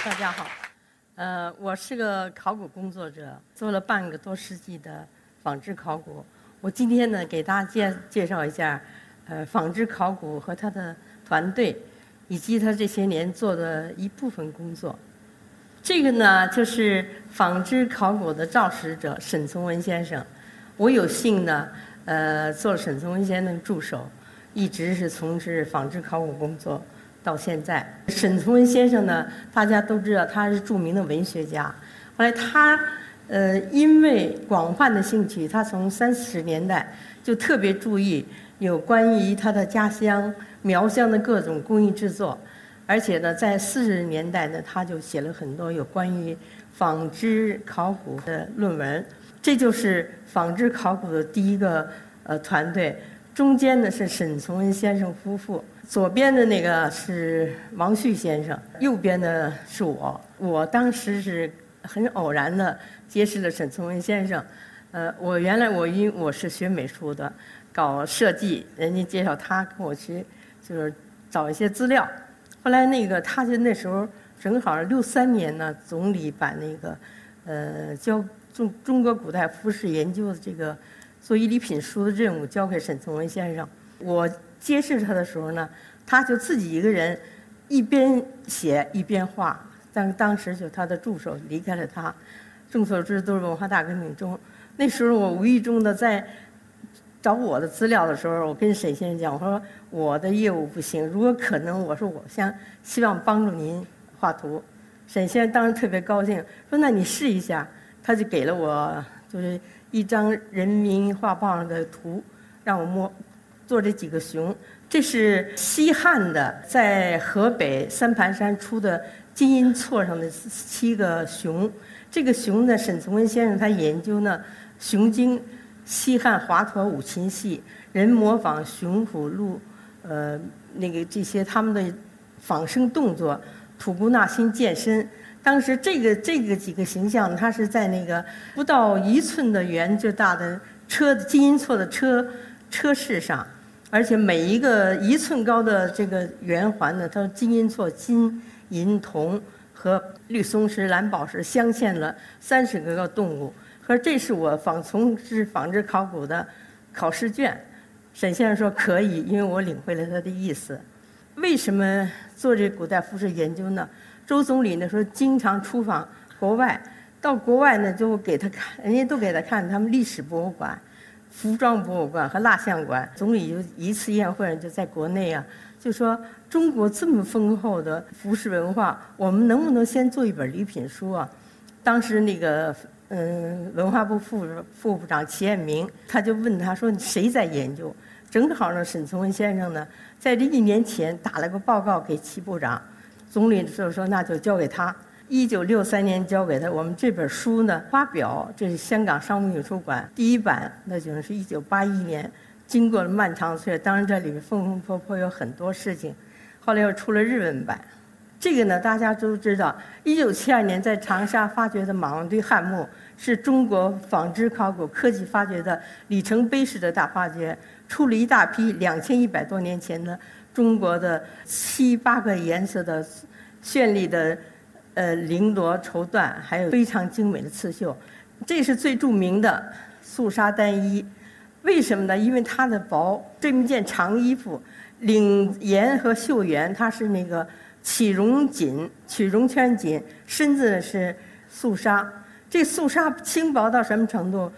大家好，我是个考古工作者，做了半个多世纪的纺织考古。我今天呢，给大家介绍一下，纺织考古和他的团队，以及他这些年做的一部分工作。这个呢，就是纺织考古的肇始者沈从文先生。我有幸呢，做了沈从文先生助手，一直是从事纺织考古工作。到现在，沈从文先生呢，大家都知道他是著名的文学家。后来他，因为广泛的兴趣，他从30年代就特别注意有关于他的家乡苗乡的各种工艺制作，而且呢，在40年代呢，他就写了很多有关于纺织考古的论文。这就是纺织考古的第一个团队。中间呢是沈从文先生夫妇，左边的那个是王旭先生，右边的是我。我当时是很偶然的结识了沈从文先生。原来因为我是学美术的，搞设计，人家介绍他跟我去，就是找一些资料。后来他就那时候正好63年呢，总理把那个交中国古代服饰研究的这个做一礼品书的任务交给沈从文先生。我接识他的时候呢，他就自己一个人一边写一边画。但当时就他的助手离开了他。众所周知都是文化大革命中，那时候我无意中的在找我的资料的时候，我跟沈先生讲，我说我的业务不行，如果可能，我说我希望帮助您画图。沈先生当时特别高兴，说那你试一下。他就给了我就是一张人民画报上的图，让我做这几个熊。这是西汉的，在河北三盘山出的金银错上的7个熊。这个熊呢，沈从文先生他研究呢熊经西汉华佗五禽戏，人模仿熊虎鹿，这些他们的仿生动作，吐故纳新健身。当时这个几个形象，它是在那个不到1寸的圆就大的金银错的车饰上，而且每一个1寸高的这个圆环呢，它金银错、金银铜和绿松石、蓝宝石镶嵌了30个动物。可是这是我从事纺织考古的考试卷。沈先生说可以，因为我领会了他的意思。为什么做这古代服饰研究呢？周总理那时候经常出访国外，到国外呢就给他看，人家都给他看他们历史博物馆、服装博物馆和蜡像馆。总理就一次宴会上就在国内啊，就说中国这么丰厚的服饰文化，我们能不能先做一本礼品书啊？当时文化部副部长齐彦明，他就问他说谁在研究？正好呢，沈从文先生呢在这1年前打了个报告给齐部长。总理就说那就交给他。1963年交给他。我们这本书呢发表，这是香港商务印书馆第1版，那就是1981年，经过了漫长岁月。当然这里面风风破破有很多事情，后来又出了日文版。这个呢大家都知道，1972年在长沙发掘的马王堆汉墓是中国纺织考古科技发掘的里程碑式的大发掘，出了一大批2100多年前的中国的7、8个颜色的绚丽的绫罗绸缎，还有非常精美的刺绣。这是最著名的素纱单衣。为什么呢？因为它的薄。这么一件长衣服，领沿和袖沿它是那个起绒圈锦，身子呢是素纱。这素纱轻薄到什么程度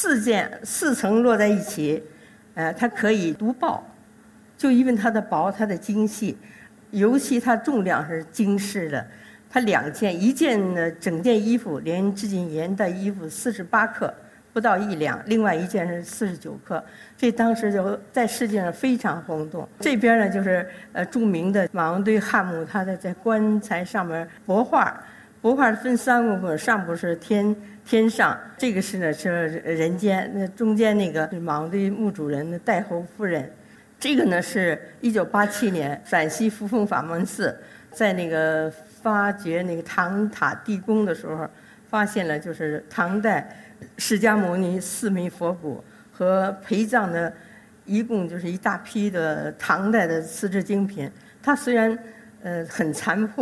？4层落在一起，它可以读报。就因为它的薄，它的精细，尤其它重量是经世的。它2件，一件呢整件衣服连织锦沿的衣服48克，不到1两；另外一件是49克。这当时就在世界上非常轰动。这边呢就是著名的马王堆汉墓，它在棺材上面帛画。帛画分3个部分，上部是天上，这个是人间，那中间那个是马王堆墓主人的太后夫人。这个呢是1987年陕西扶风法门寺在那个发掘那个唐塔地宫的时候，发现了就是唐代释迦牟尼4枚佛骨和陪葬的，一共就是一大批的唐代的丝织精品。它虽然很残破，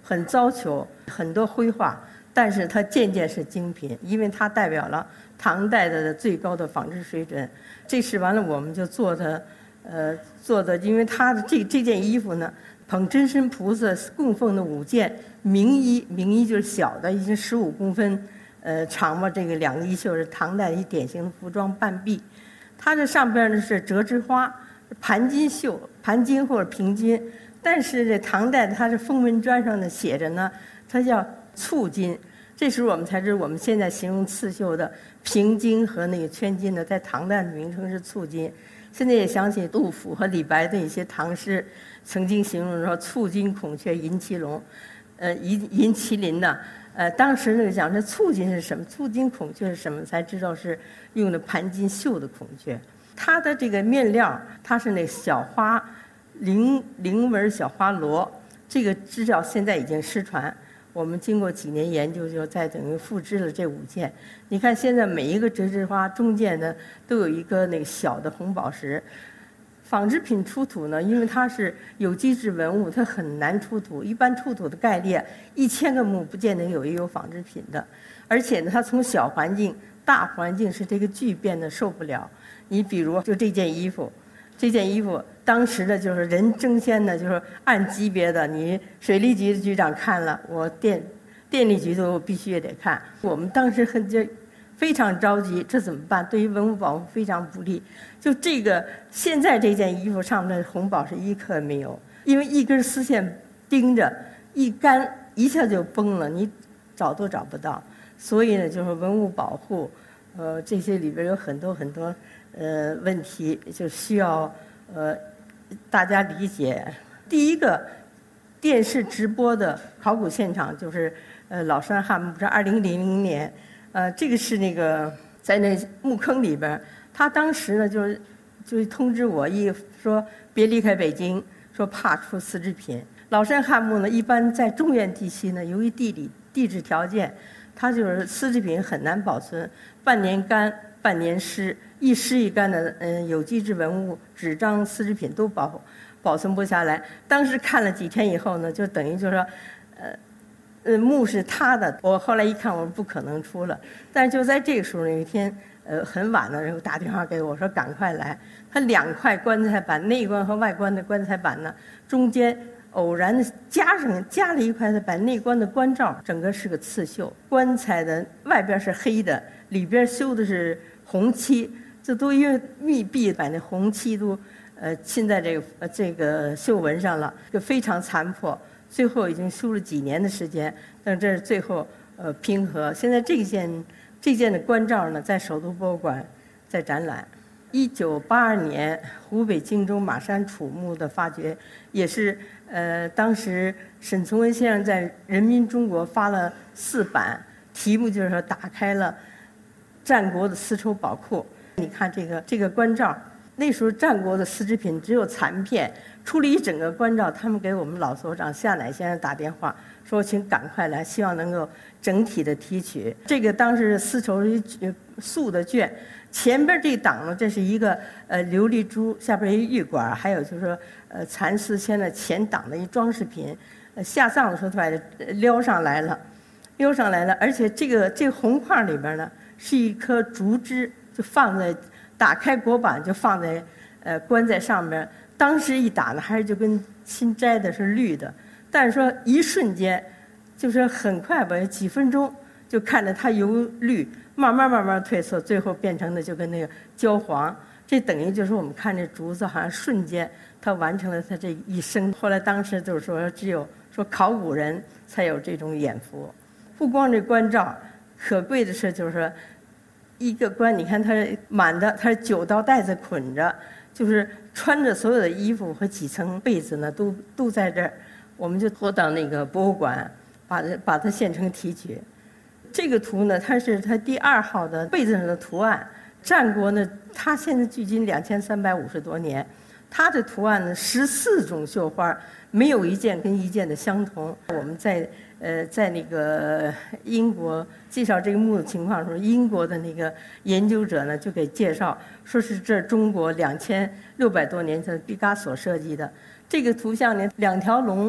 很糟朽，很多灰画，但是它件件是精品，因为它代表了唐代的最高的纺织水准。这是完了，我们就做的，因为它的这件衣服呢，捧真身菩萨供奉的5件名衣就是小的，已经15公分，长吧。这个2个衣袖是唐代一典型的服装半臂，它这上边呢是折枝花，盘金绣，盘金或者平金。但是这唐代它是封文砖上的写着呢，它叫簇金。这时候我们才知道，我们现在形容刺绣的平金和那个圈金呢，在唐代的名称是簇金。现在也想起杜甫和李白的一些唐诗，曾经形容说簇金孔雀银麒龙，银麒麟呢。当时那个讲这簇金是什么，簇金孔雀是什么，才知道是用的盘金绣的孔雀。它的这个面料，它是那小花菱纹小花螺，这个织料现在已经失传。我们经过几年研究，就再等于复制了这5件。你看现在每一个折枝花中间呢，都有一个那个小的红宝石。纺织品出土呢，因为它是有机质文物，它很难出土。一般出土的概率1000个墓不见得有纺织品的。而且呢，它从小环境、大环境是这个巨变的受不了。你比如就这件衣服当时的就是人争先呢，就是按级别的，你水利局的局长看了，我电力局的我必须也得看。我们当时非常着急，这怎么办？对于文物保护非常不利。就这个现在这件衣服上面的红宝石1克也没有，因为一根丝线钉着，一干一下就崩了，你找都找不到。所以呢，就是文物保护，这些里边有很多问题，就需要大家理解。第一个电视直播的考古现场就是老山汉墓，是2000年，这个是那个在那墓坑里边，他当时呢就通知我说别离开北京，说怕出丝织品。老山汉墓呢，一般在中原地区呢，由于地质条件，它就是丝织品很难保存，半年干半年湿，一湿一干的有机质文物、纸张、丝织品都保存不下来。当时看了几天以后呢，就等于就说，墓是他的。我后来一看，我说不可能出了。但是就在这个时候，有一天，很晚了，然后打电话给我说赶快来。他2块棺材板，内棺和外棺的棺材板呢，中间偶然的加了一块板，内棺的棺罩整个是个刺绣，棺材的外边是黑的，里边修的是红漆，这都因为密闭，把那红漆都浸在这个绣纹上了，就非常残破。最后已经修了几年的时间，但这是最后拼合。现在这件的棺罩呢，在首都博物馆在展览。1982年，湖北荆州马山楚墓的发掘，也是当时沈从文先生在《人民中国》发了4版，题目就是说打开了战国的丝绸宝库。你看这个棺罩，那时候战国的丝织品只有残片，出了一整个棺罩。他们给我们老所长夏乃先生打电话说，请赶快来，希望能够整体的提取。这个当时丝绸素的绢，前边这档呢，这是一个琉璃珠，下边一玉管，还有就是说蚕丝线的前档的一装饰品。下葬的时候他把它撩上来了，而且这个红框里边呢是一颗竹枝，就放在打开椁板就放在棺材上边。当时一打呢，还是就跟新摘的是绿的，但是说一瞬间，就是很快吧，几分钟就看着它由绿慢慢褪色，最后变成的就跟那个焦黄。这等于就是我们看这竹子，好像瞬间它完成了它这一生。后来当时就是说，只有说考古人才有这种眼福。不光这棺罩，可贵的是就是说，一个棺，你看它满的，它是9道带子捆着，就是穿着所有的衣服和几层被子呢，都在这儿。我们就拖到那个博物馆，把它现成提取。这个图呢，它是它第2号的被子上的图案。战国呢，它现在距今2350多年，它的图案呢14种绣花，没有一件跟一件的相同。我们在那个英国介绍这个墓的情况的时候，英国的那个研究者呢就给介绍，说是这中国2600多年前毕加索设计的。这个图像呢，2条龙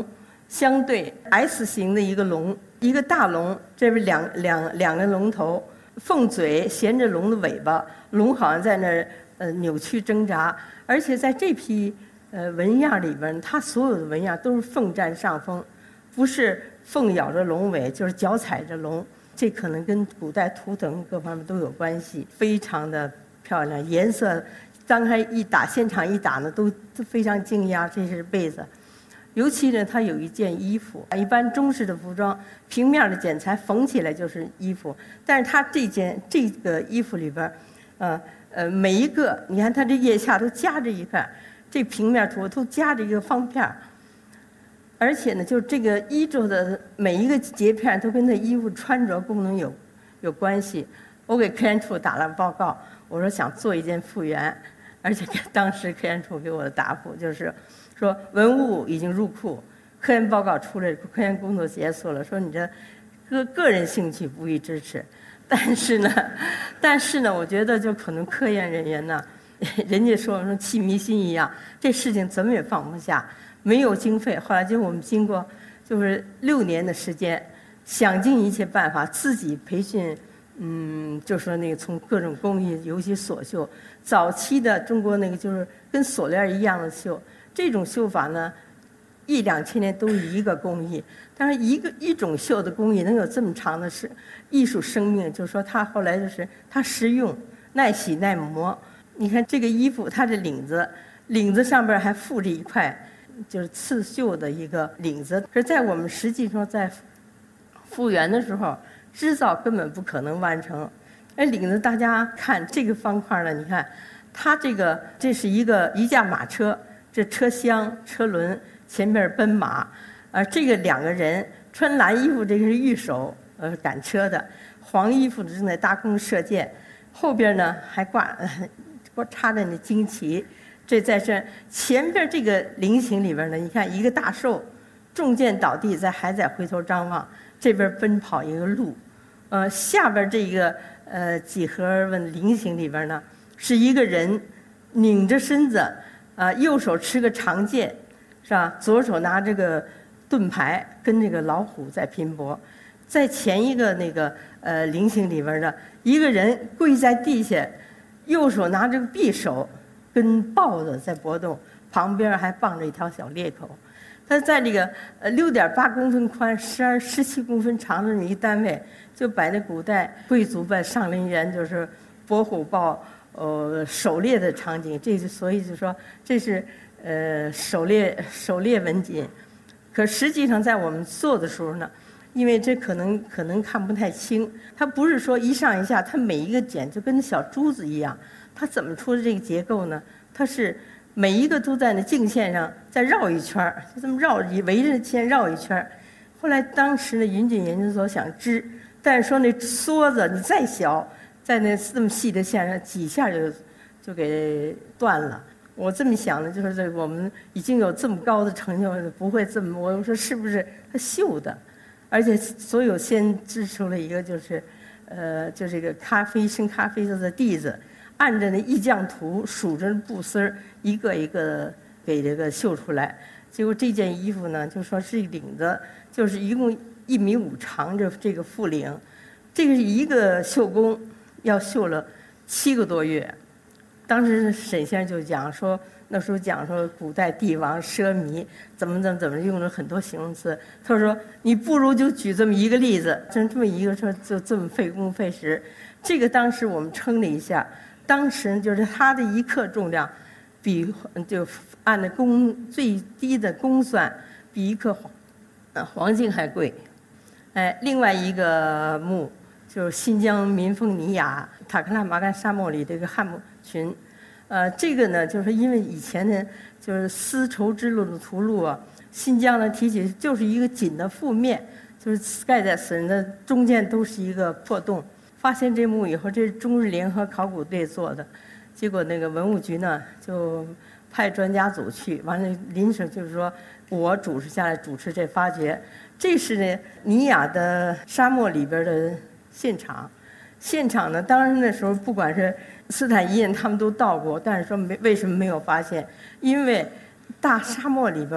相对 S 型的一个龙，一个大龙，这边两个龙头，凤嘴衔着龙的尾巴，龙好像在那儿扭曲挣扎，而且在这批纹样里边，它所有的纹样都是凤占上风，不是凤咬着龙尾，就是脚踩着龙。这可能跟古代图腾各方面都有关系，非常的漂亮，颜色刚开一打现场一打呢，都非常惊讶，这是被子。尤其呢，它有一件衣服，一般中式的服装平面的剪裁缝起来就是衣服，但是它这个衣服里边，每一个你看它这腋下都夹着一片，这平面图都夹着一个方片。而且呢，就这个衣着的每一个截片都跟这衣服穿着功能有关系。我给科研处打了报告，我说想做一件复原，而且当时科研处给我的答复就是说文物已经入库，科研报告出来，科研工作结束了，说你这个人兴趣不予支持。但是呢，我觉得就可能科研人员呢，人家说气迷心一样，这事情怎么也放不下。没有经费，后来就我们经过就是6年的时间，想尽一切办法自己培训，就说那个从各种工艺，尤其锁绣，早期的中国那个就是跟锁链一样的绣，这种绣法呢，1、2千年都是一个工艺，但是一种绣的工艺能有这么长的艺术生命，就是说它后来就是它实用、耐洗、耐磨。你看这个衣服，它的领子上边还附着一块。就是刺绣的一个领子，可是在我们实际上在复原的时候，织造根本不可能完成。而领子大家看这个方块呢，你看它这是一架马车，这车厢车轮前面奔马，这个2个人穿蓝衣服，这个是御手赶车的，黄衣服正在搭弓射箭，后边呢还插着那旌旗。这在这前边这个菱形里边呢，你看一个大兽中箭倒地，还在回头张望，这边奔跑一个鹿，下边这个几何纹菱形里边呢，是一个人拧着身子，右手持个长剑，是吧？左手拿这个盾牌，跟这个老虎在拼搏。在前一个那个菱形里边呢，一个人跪在地下，右手拿这个匕首。跟豹子在搏斗，旁边还傍着一条小裂口。它在这个6.8公分宽、17公分长的这么一单位，就把那古代贵族在上林园就是搏虎豹狩猎的场景，所以就说这是狩猎文锦。可实际上在我们做的时候呢，因为这可能看不太清，它不是说一上一下，它每一个茧就跟小珠子一样。它怎么出的这个结构呢？它是每一个都在那径线上再绕一圈，就这么围着线绕一圈。后来当时呢，云锦研究所想织，但是说那梭子你再小，在那这么细的线上几下就给断了。我这么想呢，就是这我们已经有这么高的成就，不会这么。我说是不是它绣的？而且所有先织出了一个就是就这个深咖啡色的地子。按着那意匠图数着布丝儿，一个一个给这个绣出来。结果这件衣服呢，就说是领子，就是一共1.5米长，这个副领，这个是一个绣工要绣了7个多月。当时沈先生就讲说，那时候讲说古代帝王奢靡，怎么用了很多形容词。他说你不如就举这么一个例子，这么一个说就这么费工费时。这个当时我们称了一下。当时就是它的1克重量，就按照最低的公算，比1克黄金还贵。另外一个墓就是新疆民丰尼雅塔克拉玛干沙漠里这个汉墓群，这个呢就是因为以前呢就是丝绸之路的途路啊，新疆呢提起就是一个锦的覆面，就是盖在死人的中间都是一个破洞。发现这墓以后，这是中日联合考古队做的，结果那个文物局呢就派专家组去，完了临时就是说我主持下来主持这发掘。这是呢尼雅的沙漠里边的现场，呢当然那时候不管是斯坦因他们都到过，但是说为什么没有发现？因为大沙漠里边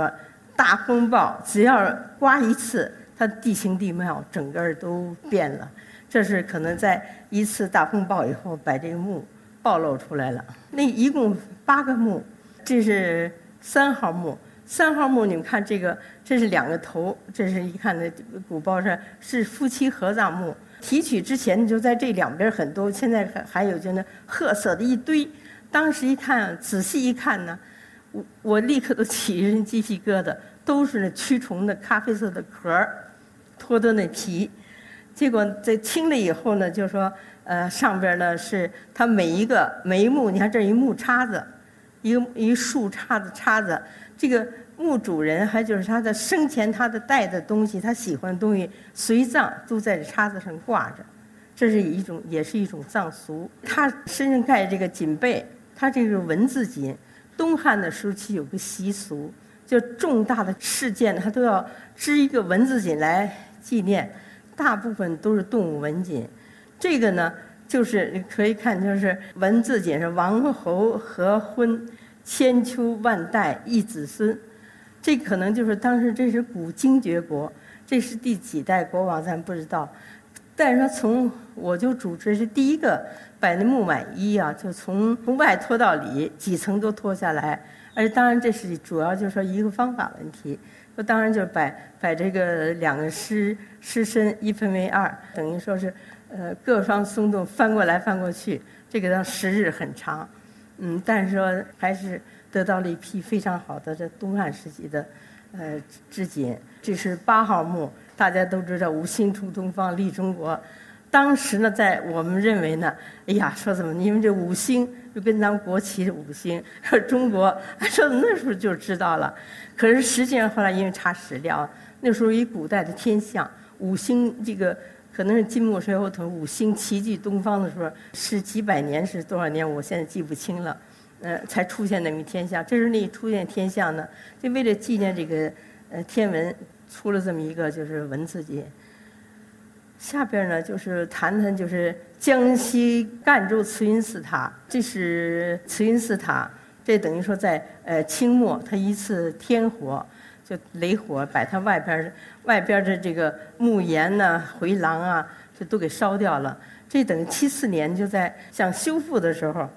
大风暴只要刮一次，它的地形地貌整个都变了。这是可能在一次大风暴以后把这个墓暴露出来了。那一共8个墓，这是3号墓。3号墓你们看这个，这是2个头，这是一看的鼓包上是夫妻合葬墓。提取之前就在这两边很多，现在还有就那褐色的一堆。当时一看，仔细一看呢，我立刻都起一身鸡皮疙瘩，都是那蛆虫的咖啡色的壳脱的那皮。结果在清了以后呢，就说上边呢是它每一墓，你看这一木叉子，一树叉子，这个墓主人还就是他的生前他的带的东西，他喜欢的东西随葬都在这叉子上挂着，这是也是一种葬俗。他身上盖这个锦被，他这个文字锦。东汉的时期有个习俗，就重大的事件他都要织一个文字锦来纪念，大部分都是动物文锦。这个呢就是可以看，就是文字锦是王侯合婚，千秋万代一子孙。这可能就是当时这是古精绝国，这是第几代国王咱不知道，但是说我就主持是第一个把那木乃伊啊，就从外拖到里，几层都拖下来。而当然这是主要就是说一个方法问题，当然就是把这个2个尸身一分为2，等于说是各双松动翻过来翻过去，这个当时日很长，但是说还是得到了一批非常好的这东汉时期的织锦。这是8号墓，大家都知道五星出东方立中国。当时呢，在我们认为呢，哎呀，说怎么因为这5星就跟咱们国旗的5星，说中国，说那时候就知道了。可是实际上后来因为查史料，那时候以古代的天象，5星这个可能是金木水火土5星齐聚东方的时候，是几百年是多少年，我现在记不清了。才出现那么一天象。这时候那出现天象呢，就为了纪念这个天文，出了这么一个就是文字节。下边呢就是谈谈就是江西赣州慈云寺塔，这是慈云寺塔，这等于说在清末它一次天火就雷火把它外边的这个木檐呐、回廊啊，这都给烧掉了。这等于74年就在想修复的时候，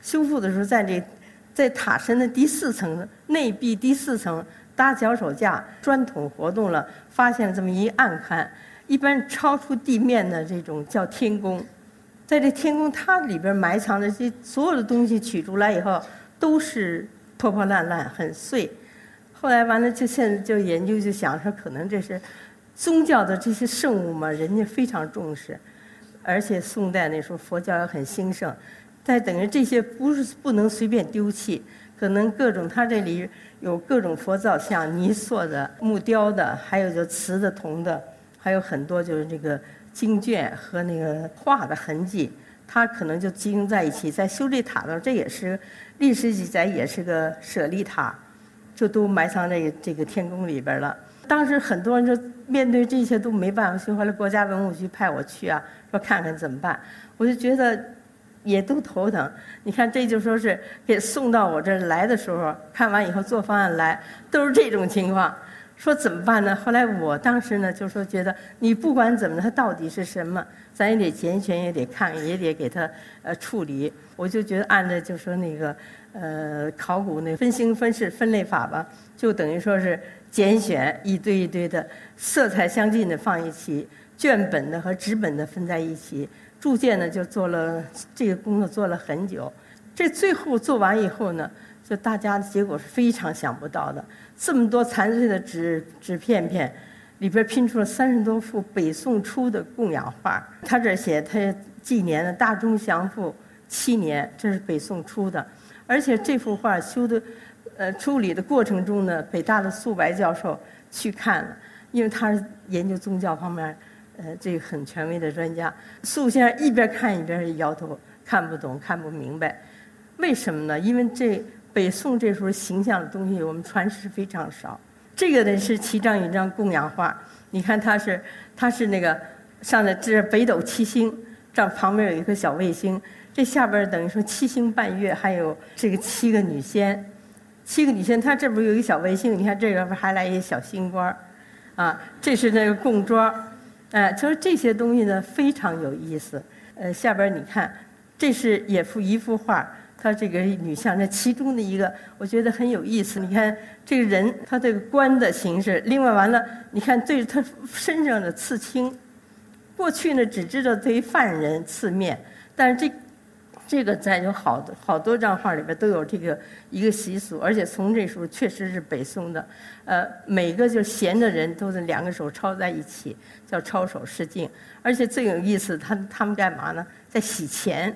在塔身的第4层内壁第4层搭脚手架，砖桶活动了，发现了这么一暗坎。一般超出地面的这种叫天宫，在这天宫它里边埋藏的这所有的东西取出来以后都是破破烂烂很碎。后来完了就现在就研究就想说，可能这是宗教的这些圣物嘛，人家非常重视，而且宋代那时候佛教也很兴盛，再等于这些不能随便丢弃，可能各种它这里有各种佛造像，泥塑的、木雕的，还有就瓷的、铜的。还有很多就是这个经卷和那个画的痕迹，它可能就集中在一起。在修这塔的时候，这也是历史记载，也是个舍利塔，就都埋藏在这个天宫里边了。当时很多人就面对这些都没办法修，后来国家文物局派我去啊，说看看怎么办。我就觉得也都头疼。你看，这就说是给送到我这儿来的时候，看完以后做方案来，都是这种情况。说怎么办呢？后来我当时呢就说觉得你不管怎么它到底是什么，咱也得拣选，也得看，也得给它处理。我就觉得按照就说那个考古那分型分式分类法吧，就等于说是拣选一堆一堆的色彩相近的放一起，卷本的和纸本的分在一起。铸件呢就做了这个工作做了很久，这最后做完以后呢，就大家的结果是非常想不到的。这么多残碎的纸片片，里边拼出了30多幅北宋初的供养画。他这写他纪年的大中祥符7年，这是北宋初的。而且这幅画修的处理的过程中呢，北大的苏白教授去看了，因为他是研究宗教方面这个很权威的专家。苏先生一边看一边摇头，看不懂看不明白。为什么呢？因为北宋这时候形象的东西我们传世非常少。这个呢是7张1张供养画，你看它是那个上的这北斗7星，这旁边有一颗小卫星，这下边等于说7星半月，还有这个7个女仙， 7个女性，它这不有一个小卫星，你看这个还来一小星官啊，这是那个供桌，就是这些东西呢非常有意思。下边你看，这是也一幅画，它这个女像，这其中的一个，我觉得很有意思。你看这个人，他这个冠的形式，另外完了，你看对他身上的刺青，过去呢只知道对于犯人刺面，但是这个在有好多张画里边都有这个一个习俗，而且从这时候确实是北宋的，每个就闲的人都是2个手抄在一起，叫抄手示镜。而且最有意思，他们干嘛呢？在洗钱，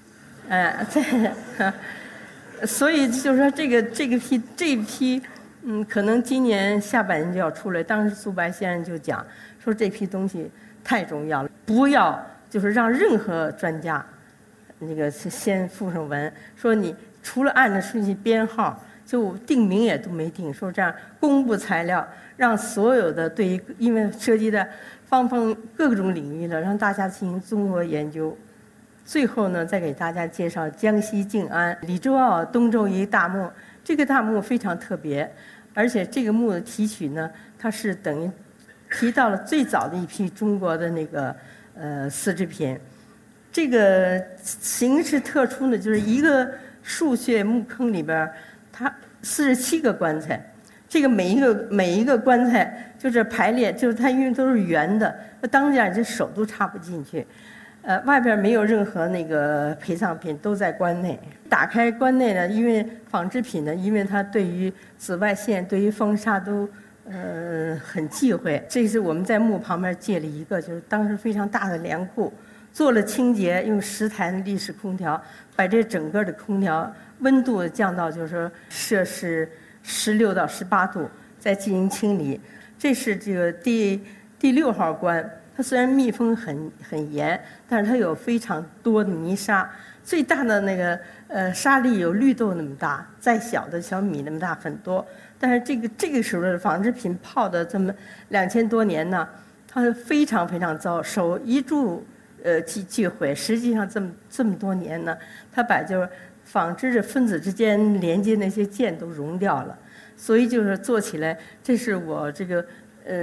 所以就是说这一批，可能今年下半年就要出来。当时苏白先生就讲说这批东西太重要了，不要就是让任何专家。那个先附上文，说你除了按照顺序编号，就定名也都没定，说这样公布材料，让所有的对于因为涉及的方各种领域的，让大家进行综合研究。最后呢，再给大家介绍江西静安李周傲东周一大墓，这个大墓非常特别，而且这个墓的题曲呢，它是等于提到了最早的一批中国的那个丝织品。这个形式特殊呢，就是一个竖穴墓坑里边，它47个棺材，这个每一个棺材就是排列，就是它因为都是圆的，当家这手都插不进去，外边没有任何那个陪葬品，都在棺内。打开棺内呢，因为纺织品呢，因为它对于紫外线、对于风沙都很忌讳。这是我们在墓旁边借了一个，就是当时非常大的帘库。做了清洁，用10台立式空调，把这整个的空调温度降到就是摄氏16到18度，再进行清理。这是这个第6号棺，它虽然密封很严，但是它有非常多的泥沙，最大的那个沙粒有绿豆那么大，再小的小米那么大很多。但是这个时候的纺织品泡的这么2000多年呢，它非常非常糟，手一注。忌讳，实际上这么多年呢，它把就是纺织的分子之间连接那些键都融掉了，所以就是做起来，这是我这个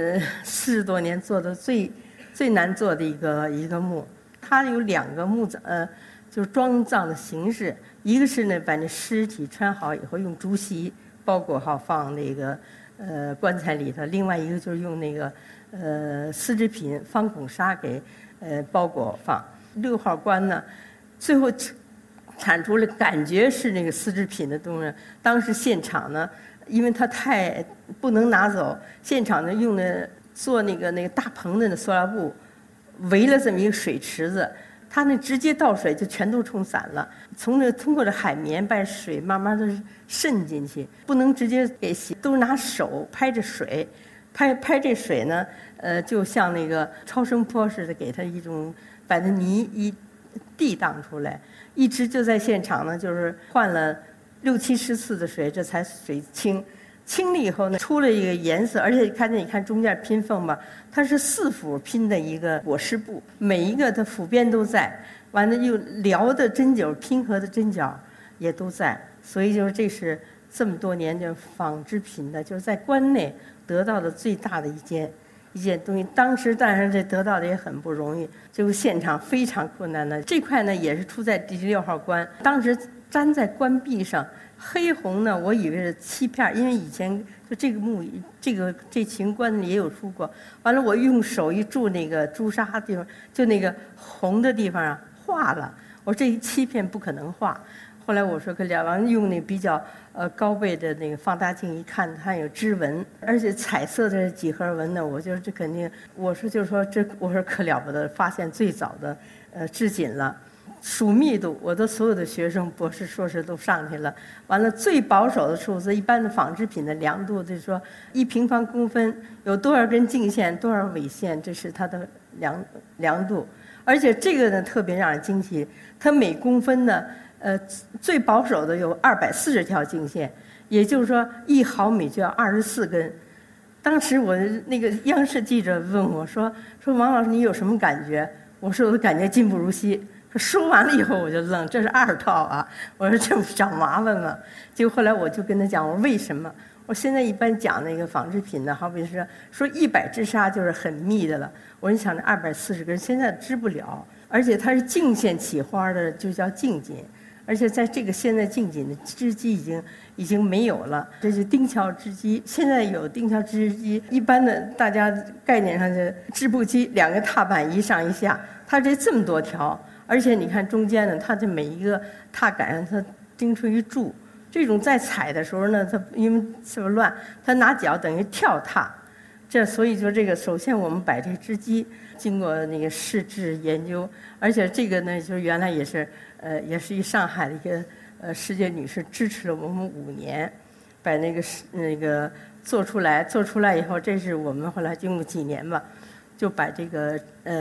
40多年做的最难做的一个墓。它有2个墓就是装葬的形式，一个是呢把那尸体穿好以后用竹席包裹好放那个棺材里头，另外一个就是用那个丝织品方孔纱给包裹放。6号棺呢，最后产出了感觉是那个丝织品的东西。当时现场呢，因为它太不能拿走，现场呢用的做那个大棚的那塑料布围了这么一个水池子，它那直接倒水就全都冲散了。通过这海绵把水慢慢的渗进去，不能直接给洗，都拿手拍着水。拍这水呢，就像那个超声波似的，给它一种把那泥一地荡出来，一直就在现场呢，就是换了60、70次的水，这才水清了以后呢，出了一个颜色，而且你看中间拼缝吧，它是4幅拼的一个裹尸布，每一个的幅边都在，完了又撩的针脚拼合的针脚也都在，所以就是这是这么多年的纺织品的，就是在关内得到的最大的一件东西。当时当然这得到的也很不容易，就是现场非常困难的。这块呢也是出在第6号棺，当时粘在棺壁上，黑红呢我以为是漆片，因为以前就这个墓这秦棺里也有出过。完了我用手一注那个朱砂地方，就那个红的地方啊化了，我这漆片不可能化。后来我说可了，完用那比较高倍的那个放大镜一看，它有织纹，而且彩色的几何纹呢，我觉得这肯定，我说可了不得，发现最早的织锦了。数密度，我的所有的学生博士硕士都上去了。完了最保守的数字，一般的纺织品的量度就是说1平方公分有多少根径线多少纬线，这是它的量度。而且这个呢特别让人惊奇，它每公分呢最保守的有240条径线，也就是说1毫米就要24根。当时我那个央视记者问我说王老师你有什么感觉？我说我的感觉进不如昔， 收完了以后我就愣，这是2套啊！我说这不找麻烦吗？结果后来我就跟他讲，我说为什么？我现在一般讲那个纺织品呢，好比说100支纱就是很密的了。我说你想这240根，现在织不了，而且它是净线起花的，就叫净锦。而且在这个现在净锦的织机已经没有了，这是钉桥织机。现在有钉桥织机，一般的大家概念上的织布机，2个踏板一上一下，它这么多条，而且你看中间呢，它这每一个踏杆上它钉出一柱，这种在踩的时候呢，它因为这么乱，它拿脚等于跳踏。所以说这个，首先我们摆这织机经过那个试制研究，而且这个呢，就是原来也是一上海的一个世界女士支持了我们5年，把那个做出来以后，这是我们后来经过几年吧，就把这个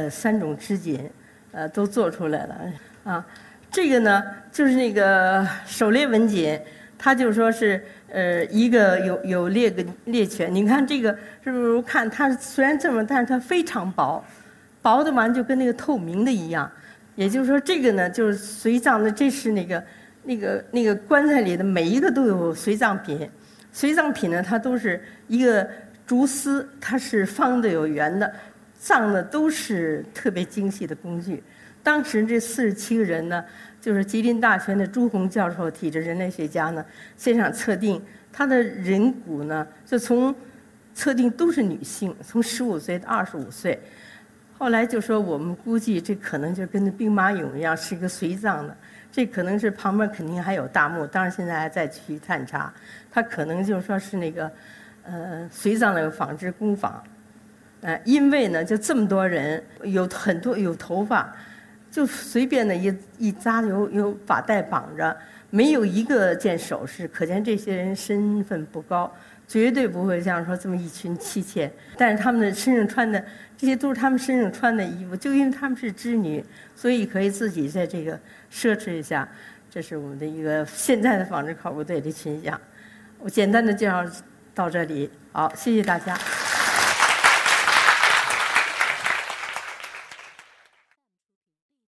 3种织锦都做出来了啊。这个呢就是那个狩猎纹锦，它就说是一个有猎犬，你看这个是不是？看它虽然这么，但是它非常薄，薄的完就跟那个透明的一样。也就是说，这个呢就是随葬的，这是那个棺材里的每一个都有随葬品。随葬品呢，它都是一个竹丝，它是方的有圆的，葬的都是特别精细的工具。当时这47个人呢，就是吉林大学的朱红教授，体质人类学家呢，现场测定他的人骨呢，就从测定都是女性，从15岁到25岁。后来就说我们估计这可能就跟那兵马俑一样，是一个随葬的，这可能是旁边肯定还有大墓，当然现在还在去探查，他可能就说是那个随葬那个纺织工坊，因为呢就这么多人，有很多有头发。就随便的一扎有发带绑着，没有一个件首饰，可见这些人身份不高，绝对不会像说这么一群妻妾。但是他们的身上穿的这些都是他们身上穿的衣服，就因为他们是织女，所以可以自己在这个奢侈一下。这是我们的一个现在的纺织考古队的群像。我简单的介绍到这里，好，谢谢大家。